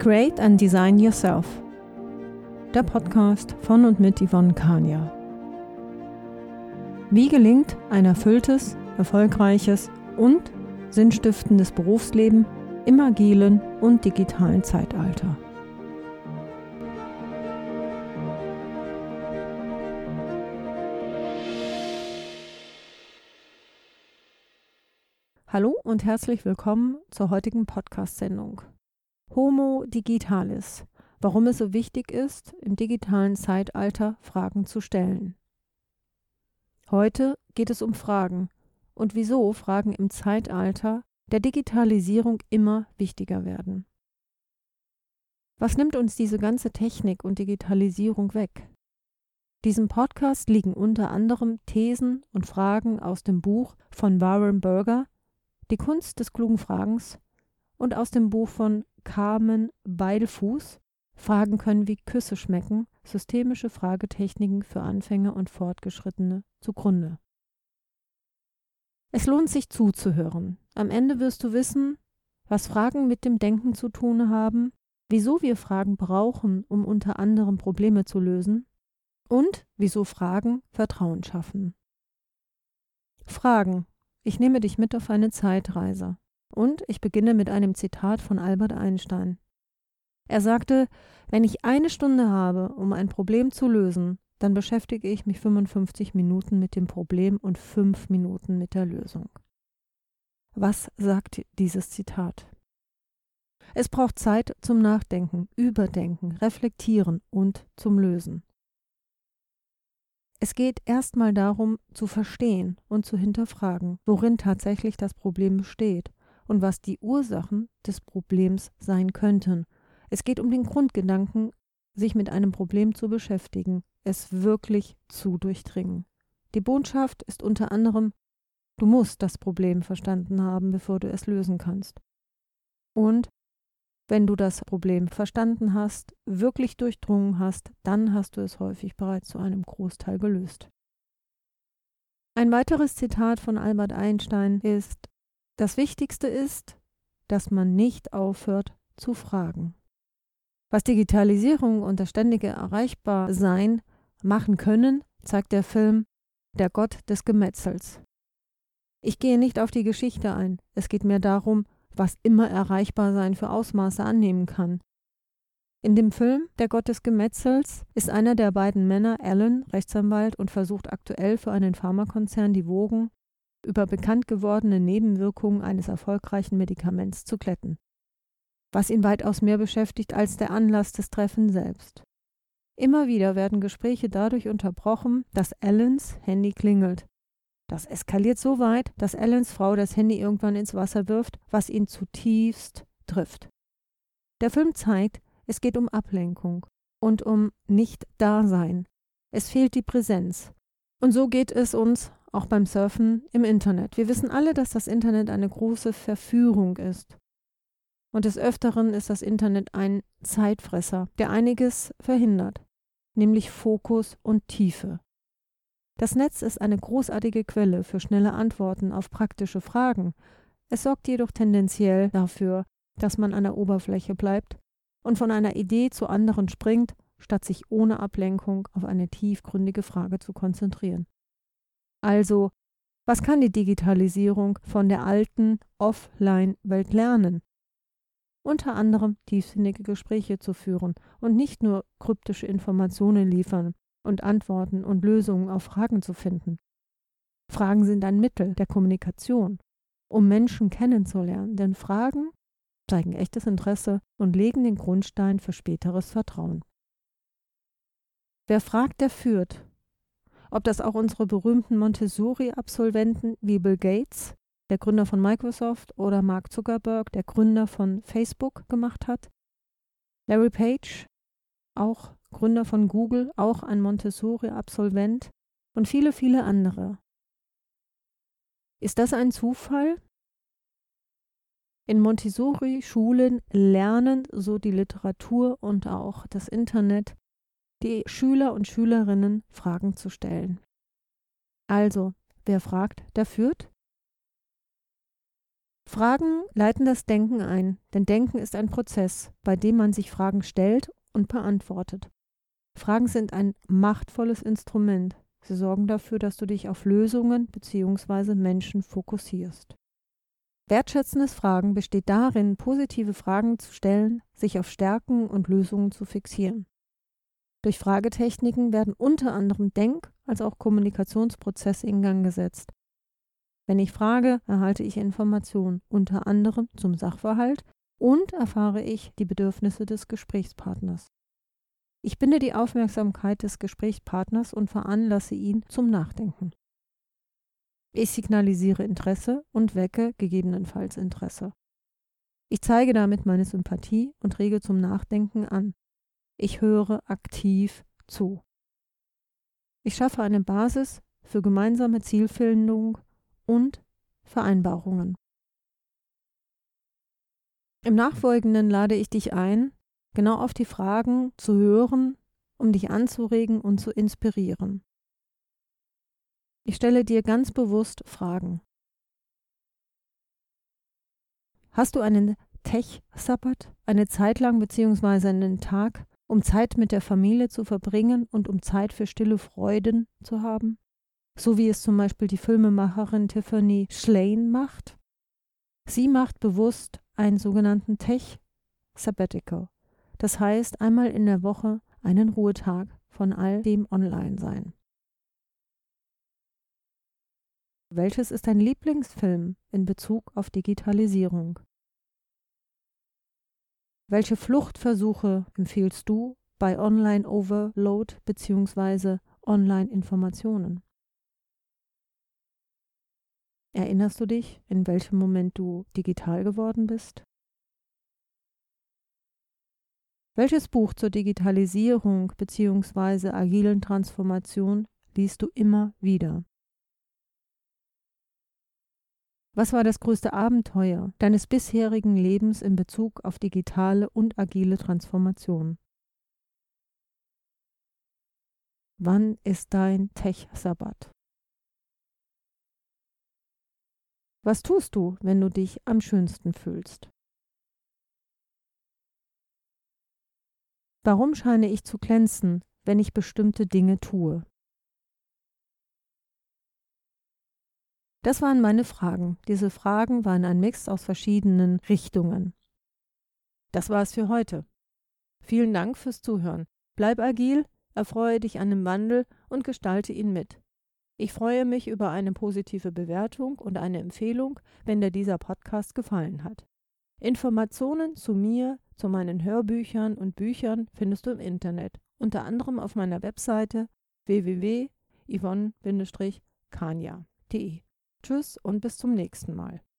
Create and Design Yourself. Der Podcast von und mit Yvonne Kania. Wie gelingt ein erfülltes, erfolgreiches und sinnstiftendes Berufsleben im agilen und digitalen Zeitalter? Hallo und herzlich willkommen zur heutigen Podcast-Sendung. Homo Digitalis. Warum es so wichtig ist, im digitalen Zeitalter Fragen zu stellen. Heute geht es um Fragen und wieso Fragen im Zeitalter der Digitalisierung immer wichtiger werden. Was nimmt uns diese ganze Technik und Digitalisierung weg? Diesem Podcast liegen unter anderem Thesen und Fragen aus dem Buch von Warren Burger, Die Kunst des klugen Fragens, und aus dem Buch von Carmen Beilfuß, Fragen können wie Küsse schmecken, systemische Fragetechniken für Anfänger und Fortgeschrittene, zugrunde. Es lohnt sich zuzuhören. Am Ende wirst du wissen, was Fragen mit dem Denken zu tun haben, wieso wir Fragen brauchen, um unter anderem Probleme zu lösen und wieso Fragen Vertrauen schaffen. Fragen. Ich nehme dich mit auf eine Zeitreise. Und ich beginne mit einem Zitat von Albert Einstein. Er sagte, wenn ich 1 Stunde habe, um ein Problem zu lösen, dann beschäftige ich mich 55 Minuten mit dem Problem und 5 Minuten mit der Lösung. Was sagt dieses Zitat? Es braucht Zeit zum Nachdenken, Überdenken, Reflektieren und zum Lösen. Es geht erstmal darum, zu verstehen und zu hinterfragen, worin tatsächlich das Problem besteht und was die Ursachen des Problems sein könnten. Es geht um den Grundgedanken, sich mit einem Problem zu beschäftigen, es wirklich zu durchdringen. Die Botschaft ist unter anderem, du musst das Problem verstanden haben, bevor du es lösen kannst. Und wenn du das Problem verstanden hast, wirklich durchdrungen hast, dann hast du es häufig bereits zu einem Großteil gelöst. Ein weiteres Zitat von Albert Einstein ist: Das Wichtigste ist, dass man nicht aufhört zu fragen. Was Digitalisierung und das ständige Erreichbarsein machen können, zeigt der Film Der Gott des Gemetzels. Ich gehe nicht auf die Geschichte ein, es geht mir darum, was immer Erreichbarsein für Ausmaße annehmen kann. In dem Film Der Gott des Gemetzels ist einer der beiden Männer, Alan, Rechtsanwalt, und versucht aktuell für einen Pharmakonzern die Wogen über bekannt gewordene Nebenwirkungen eines erfolgreichen Medikaments zu glätten, was ihn weitaus mehr beschäftigt als der Anlass des Treffens selbst. Immer wieder werden Gespräche dadurch unterbrochen, dass Alans Handy klingelt. Das eskaliert so weit, dass Alans Frau das Handy irgendwann ins Wasser wirft, was ihn zutiefst trifft. Der Film zeigt, es geht um Ablenkung und um Nicht-Dasein. Es fehlt die Präsenz. Und so geht es uns auch beim Surfen im Internet. Wir wissen alle, dass das Internet eine große Verführung ist. Und des Öfteren ist das Internet ein Zeitfresser, der einiges verhindert, nämlich Fokus und Tiefe. Das Netz ist eine großartige Quelle für schnelle Antworten auf praktische Fragen. Es sorgt jedoch tendenziell dafür, dass man an der Oberfläche bleibt und von einer Idee zur anderen springt, statt sich ohne Ablenkung auf eine tiefgründige Frage zu konzentrieren. Also, was kann die Digitalisierung von der alten Offline-Welt lernen? Unter anderem tiefsinnige Gespräche zu führen und nicht nur kryptische Informationen liefern und Antworten und Lösungen auf Fragen zu finden. Fragen sind ein Mittel der Kommunikation, um Menschen kennenzulernen, denn Fragen zeigen echtes Interesse und legen den Grundstein für späteres Vertrauen. Wer fragt, der führt. Ob das auch unsere berühmten Montessori-Absolventen wie Bill Gates, der Gründer von Microsoft, oder Mark Zuckerberg, der Gründer von Facebook, gemacht hat. Larry Page, auch Gründer von Google, auch ein Montessori-Absolvent, und viele, viele andere. Ist das ein Zufall? In Montessori-Schulen lernen, so die Literatur und auch das Internet, die Schüler und Schülerinnen Fragen zu stellen. Also, wer fragt, der führt? Fragen leiten das Denken ein, denn Denken ist ein Prozess, bei dem man sich Fragen stellt und beantwortet. Fragen sind ein machtvolles Instrument. Sie sorgen dafür, dass du dich auf Lösungen bzw. Menschen fokussierst. Wertschätzendes Fragen besteht darin, positive Fragen zu stellen, sich auf Stärken und Lösungen zu fixieren. Durch Fragetechniken werden unter anderem Denk- als auch Kommunikationsprozesse in Gang gesetzt. Wenn ich frage, erhalte ich Informationen, unter anderem zum Sachverhalt, und erfahre ich die Bedürfnisse des Gesprächspartners. Ich binde die Aufmerksamkeit des Gesprächspartners und veranlasse ihn zum Nachdenken. Ich signalisiere Interesse und wecke gegebenenfalls Interesse. Ich zeige damit meine Sympathie und rege zum Nachdenken an. Ich höre aktiv zu. Ich schaffe eine Basis für gemeinsame Zielfindung und Vereinbarungen. Im Nachfolgenden lade ich dich ein, genau auf die Fragen zu hören, um dich anzuregen und zu inspirieren. Ich stelle dir ganz bewusst Fragen. Hast du einen Tech-Sabbat, eine Zeit lang bzw. einen Tag, um Zeit mit der Familie zu verbringen und um Zeit für stille Freuden zu haben? So wie es zum Beispiel die Filmemacherin Tiffany Shlain macht. Sie macht bewusst einen sogenannten Tech-Sabbatical. Das heißt, einmal in der Woche einen Ruhetag von all dem Online-Sein. Welches ist dein Lieblingsfilm in Bezug auf Digitalisierung? Welche Fluchtversuche empfiehlst du bei Online-Overload bzw. Online-Informationen? Erinnerst du dich, in welchem Moment du digital geworden bist? Welches Buch zur Digitalisierung bzw. agilen Transformation liest du immer wieder? Was war das größte Abenteuer deines bisherigen Lebens in Bezug auf digitale und agile Transformation? Wann ist dein Tech-Sabbat? Was tust du, wenn du dich am schönsten fühlst? Warum scheine ich zu glänzen, wenn ich bestimmte Dinge tue? Das waren meine Fragen. Diese Fragen waren ein Mix aus verschiedenen Richtungen. Das war es für heute. Vielen Dank fürs Zuhören. Bleib agil, erfreue dich an dem Wandel und gestalte ihn mit. Ich freue mich über eine positive Bewertung und eine Empfehlung, wenn dir dieser Podcast gefallen hat. Informationen zu mir, zu meinen Hörbüchern und Büchern findest du im Internet, unter anderem auf meiner Webseite www.yvonne-kania.de. Tschüss und bis zum nächsten Mal.